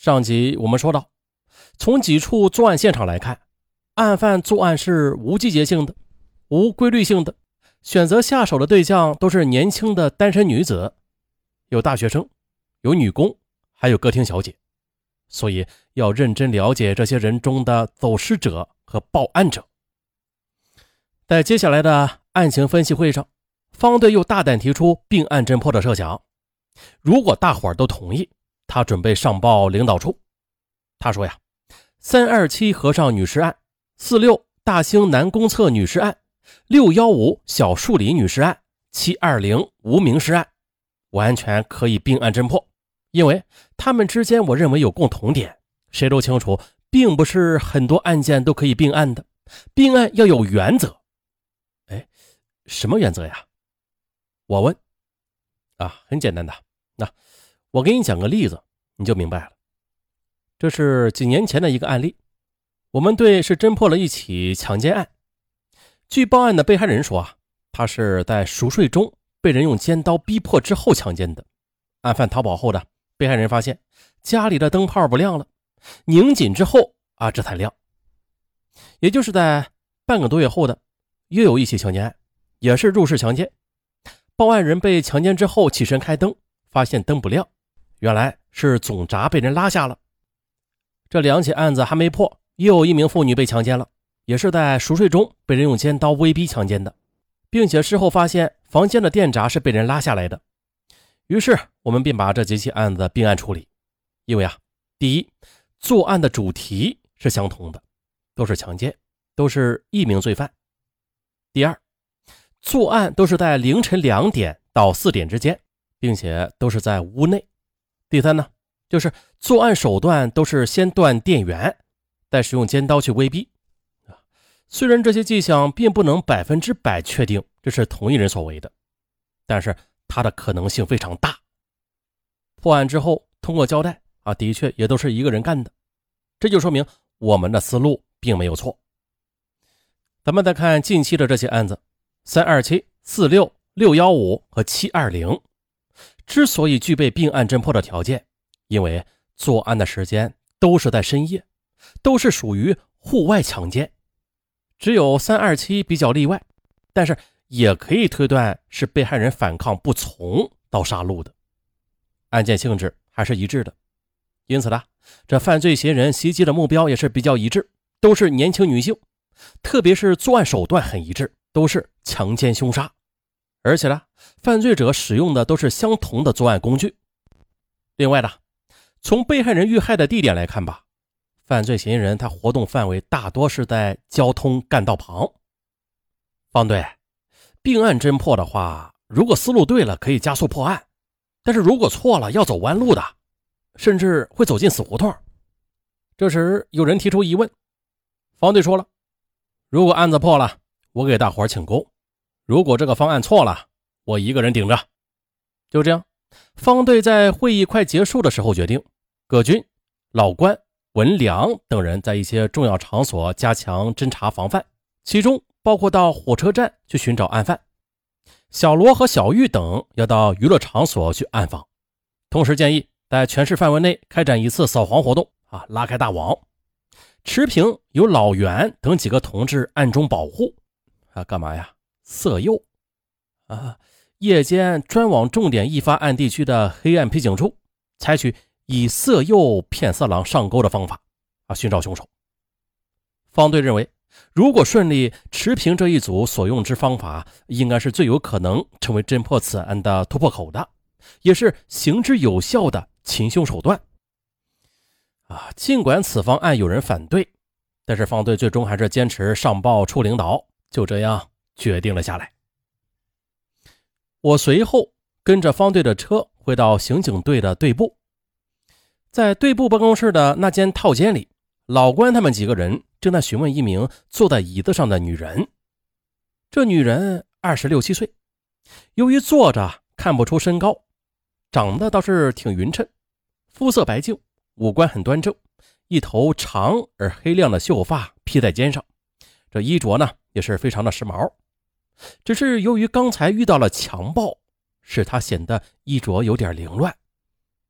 上集我们说到，从几处作案现场来看，案犯作案是无季节性的、无规律性的，选择下手的对象都是年轻的单身女子，有大学生，有女工，还有歌厅小姐。所以要认真了解这些人中的走失者和报案者。在接下来的案情分析会上，方队又大胆提出并案侦破的设想。如果大伙儿都同意，他准备上报领导处。他说呀，327和尚女尸案、46大兴南公厕女尸案、615小树林女尸案、720无名尸案，完全可以并案侦破。因为他们之间我认为有共同点，谁都清楚并不是很多案件都可以并案的，并案要有原则。什么原则呀？我问。很简单的，我给你讲个例子你就明白了。这是几年前的一个案例，我们队是侦破了一起强奸案。据报案的被害人说他是在熟睡中被人用尖刀逼迫之后强奸的。案犯逃跑后的被害人发现家里的灯泡不亮了，拧紧之后这才亮。也就是在半个多月后的又有一起强奸案，也是入室强奸。报案人被强奸之后起身开灯，发现灯不亮，原来是总闸被人拉下了。这两起案子还没破，又有一名妇女被强奸了，也是在熟睡中被人用尖刀威逼强奸的，并且事后发现房间的电闸是被人拉下来的。于是我们便把这几起案子并案处理。因为第一，作案的主题是相同的，都是强奸，都是一名罪犯。第二，作案都是在凌晨2点到4点之间，并且都是在屋内。第三呢，就是作案手段都是先断电源，再使用尖刀去威逼。虽然这些迹象并不能100%确定这是同一人所为的，但是它的可能性非常大。破案之后通过交代的确也都是一个人干的，这就说明我们的思路并没有错。咱们再看近期的这些案子，327、46、615和720，之所以具备并案侦破的条件，因为作案的时间都是在深夜，都是属于户外强奸。只有327比较例外，但是也可以推断是被害人反抗不从到杀戮的，案件性质还是一致的。因此这犯罪嫌疑人袭击的目标也是比较一致，都是年轻女性，特别是作案手段很一致，都是强奸凶杀。而且犯罪者使用的都是相同的作案工具。另外从被害人遇害的地点来看犯罪嫌疑人他活动范围大多是在交通干道旁。方队，并案侦破的话，如果思路对了可以加速破案，但是如果错了要走弯路的，甚至会走进死胡同。这时有人提出疑问，方队说了，如果案子破了，我给大伙请功，如果这个方案错了，我一个人顶着。就这样，方队在会议快结束的时候决定，葛军、老关、文良等人在一些重要场所加强侦查防范，其中包括到火车站去寻找案犯，小罗和小玉等要到娱乐场所去暗访。同时建议在全市范围内开展一次扫黄活动拉开大网。持平由老袁等几个同志暗中保护干嘛呀？色诱夜间专往重点易发案地区的黑暗批警处，采取以色诱骗色狼上钩的方法寻找凶手。方队认为，如果顺利，持平这一组所用之方法应该是最有可能成为侦破此案的突破口的，也是行之有效的擒凶手段。尽管此方案有人反对，但是方队最终还是坚持上报处领导，就这样决定了下来。我随后跟着方队的车回到刑警队的队部，在队部办公室的那间套间里，老关他们几个人正在询问一名坐在椅子上的女人。这女人26、7岁，由于坐着看不出身高，长得倒是挺匀称，肤色白净，五官很端正，一头长而黑亮的秀发披在肩上，这衣着呢也是非常的时髦。只是由于刚才遇到了强暴，使她显得衣着有点凌乱。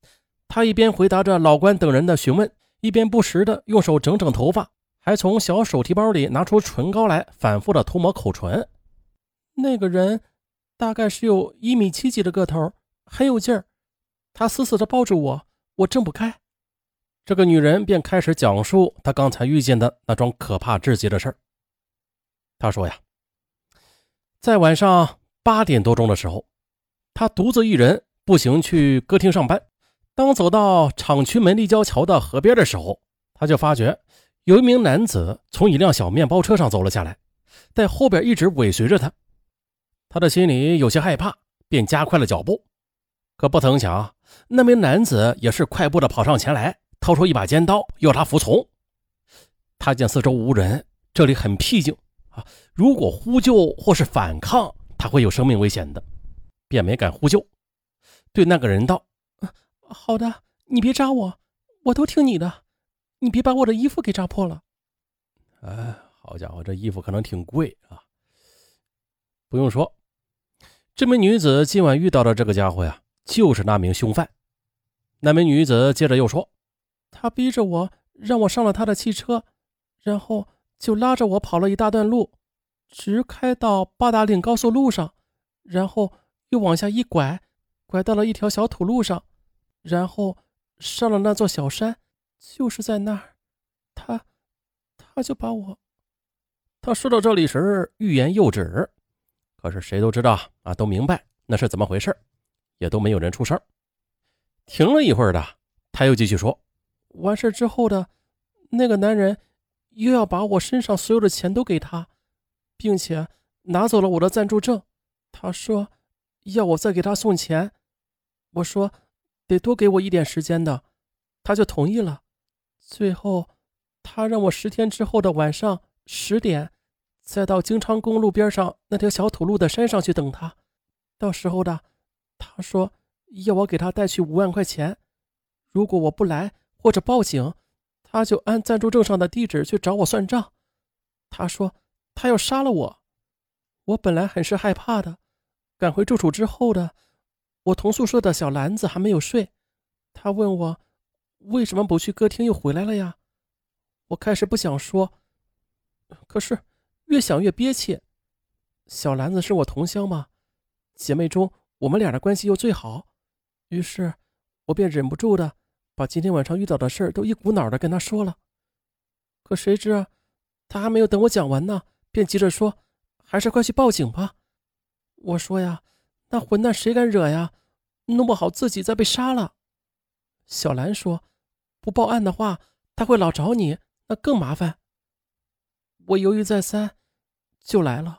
他一边回答着老关等人的询问，一边不时的用手整整头发，还从小手提包里拿出唇膏来反复的涂抹口唇。那个人大概是有1.7米几的个头，很有劲儿，他死死的抱住我，我挣不开。这个女人便开始讲述她刚才遇见的那桩可怕至极的事儿。她说呀，在晚上8点多钟的时候，她独自一人步行去歌厅上班。当走到厂区门立交桥的河边的时候，她就发觉有一名男子从一辆小面包车上走了下来，在后边一直尾随着她。她的心里有些害怕，便加快了脚步。可不曾想，那名男子也是快步的跑上前来，掏出一把尖刀要她服从。他见四周无人，这里很僻静如果呼救或是反抗，他会有生命危险的，便没敢呼救，对那个人道：好的，你别扎我，我都听你的，你别把我的衣服给扎破了。好家伙，这衣服可能挺贵啊。不用说，这名女子今晚遇到的这个家伙呀，就是那名凶犯。那名女子接着又说，他逼着我，让我上了他的汽车，然后就拉着我跑了一大段路，直开到八达岭高速路上，然后又往下一拐，拐到了一条小土路上，然后上了那座小山，就是在那儿，他就把我……他说到这里时欲言又止，可是谁都知道都明白那是怎么回事，也都没有人出声。停了一会儿的，他又继续说，完事之后的那个男人又要把我身上所有的钱都给他，并且拿走了我的暂住证。他说要我再给他送钱，我说得多给我一点时间的，他就同意了。最后他让我10天之后的晚上10点再到京昌公路边上那条小土路的山上去等他，到时候的他说要我给他带去5万块钱，如果我不来或者报警，他就按暂住证上的地址去找我算账。他说他要杀了我。我本来很是害怕的，赶回住处之后的，我同宿舍的小兰子还没有睡，他问我为什么不去歌厅又回来了呀？我开始不想说，可是越想越憋气。小兰子是我同乡嘛，姐妹中我们俩的关系又最好，于是我便忍不住的把今天晚上遇到的事儿都一股脑的跟她说了。可谁知她还没有等我讲完呢，便急着说还是快去报警吧。我说呀，那混蛋谁敢惹呀，弄不好自己再被杀了。小兰说不报案的话他会老找你，那更麻烦。我犹豫再三就来了。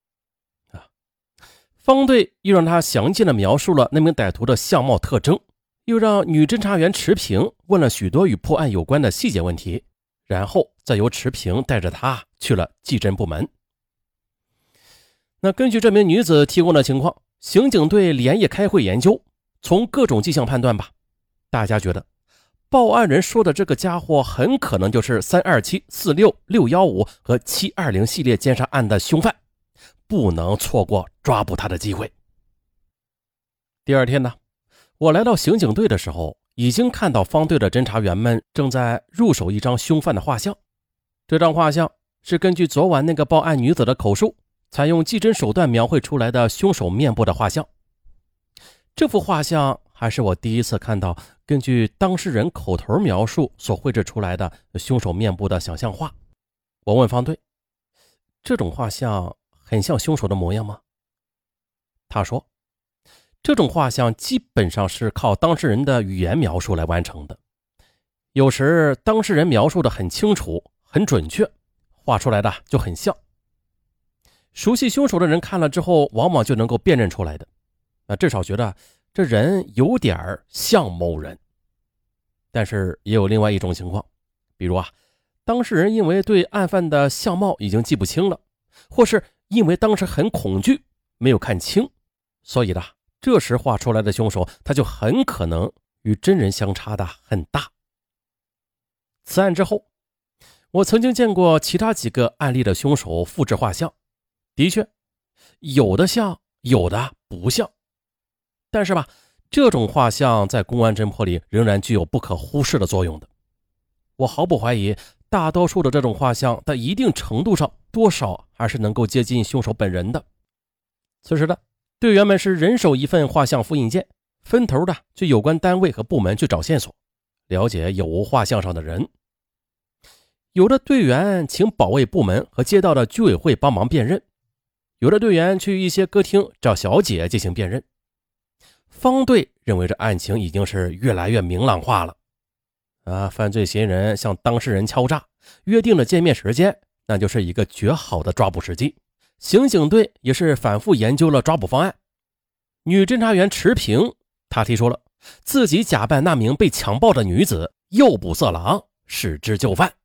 方队又让他详尽地描述了那名歹徒的相貌特征，又让女侦查员池平问了许多与破案有关的细节问题，然后再由池平带着他去了技侦部门。那根据这名女子提供的情况，刑警队连夜开会研究，从各种迹象判断吧，大家觉得报案人说的这个家伙很可能就是327、46、615和720系列奸杀案的凶犯，不能错过抓捕他的机会。第二天呢，我来到刑警队的时候，已经看到方队的侦查员们正在入手一张凶犯的画像。这张画像是根据昨晚那个报案女子的口述，采用技侦手段描绘出来的凶手面部的画像。这幅画像还是我第一次看到根据当事人口头描述所绘制出来的凶手面部的想象画。我问方队，这种画像很像凶手的模样吗？他说，这种画像基本上是靠当事人的语言描述来完成的，有时当事人描述的很清楚很准确，画出来的就很像。熟悉凶手的人看了之后往往就能够辨认出来的，至少觉得这人有点像某人。但是也有另外一种情况，比如当事人因为对案犯的相貌已经记不清了，或是因为当时很恐惧没有看清，所以这时画出来的凶手他就很可能与真人相差的很大。此案之后，我曾经见过其他几个案例的凶手复制画像，的确有的像有的不像，但是这种画像在公安侦破里仍然具有不可忽视的作用的。我毫不怀疑，大多数的这种画像在一定程度上多少还是能够接近凶手本人的。此时的队员们是人手一份画像复印件，分头的去有关单位和部门去找线索，了解有无画像上的人。有的队员请保卫部门和街道的居委会帮忙辨认，有的队员去一些歌厅找小姐进行辨认。方队认为这案情已经是越来越明朗化了。犯罪嫌疑人向当事人敲诈，约定了见面时间，那就是一个绝好的抓捕时机。刑警队也是反复研究了抓捕方案。女侦查员池平，她提出了自己假扮那名被强暴的女子，诱捕色狼，使之就范。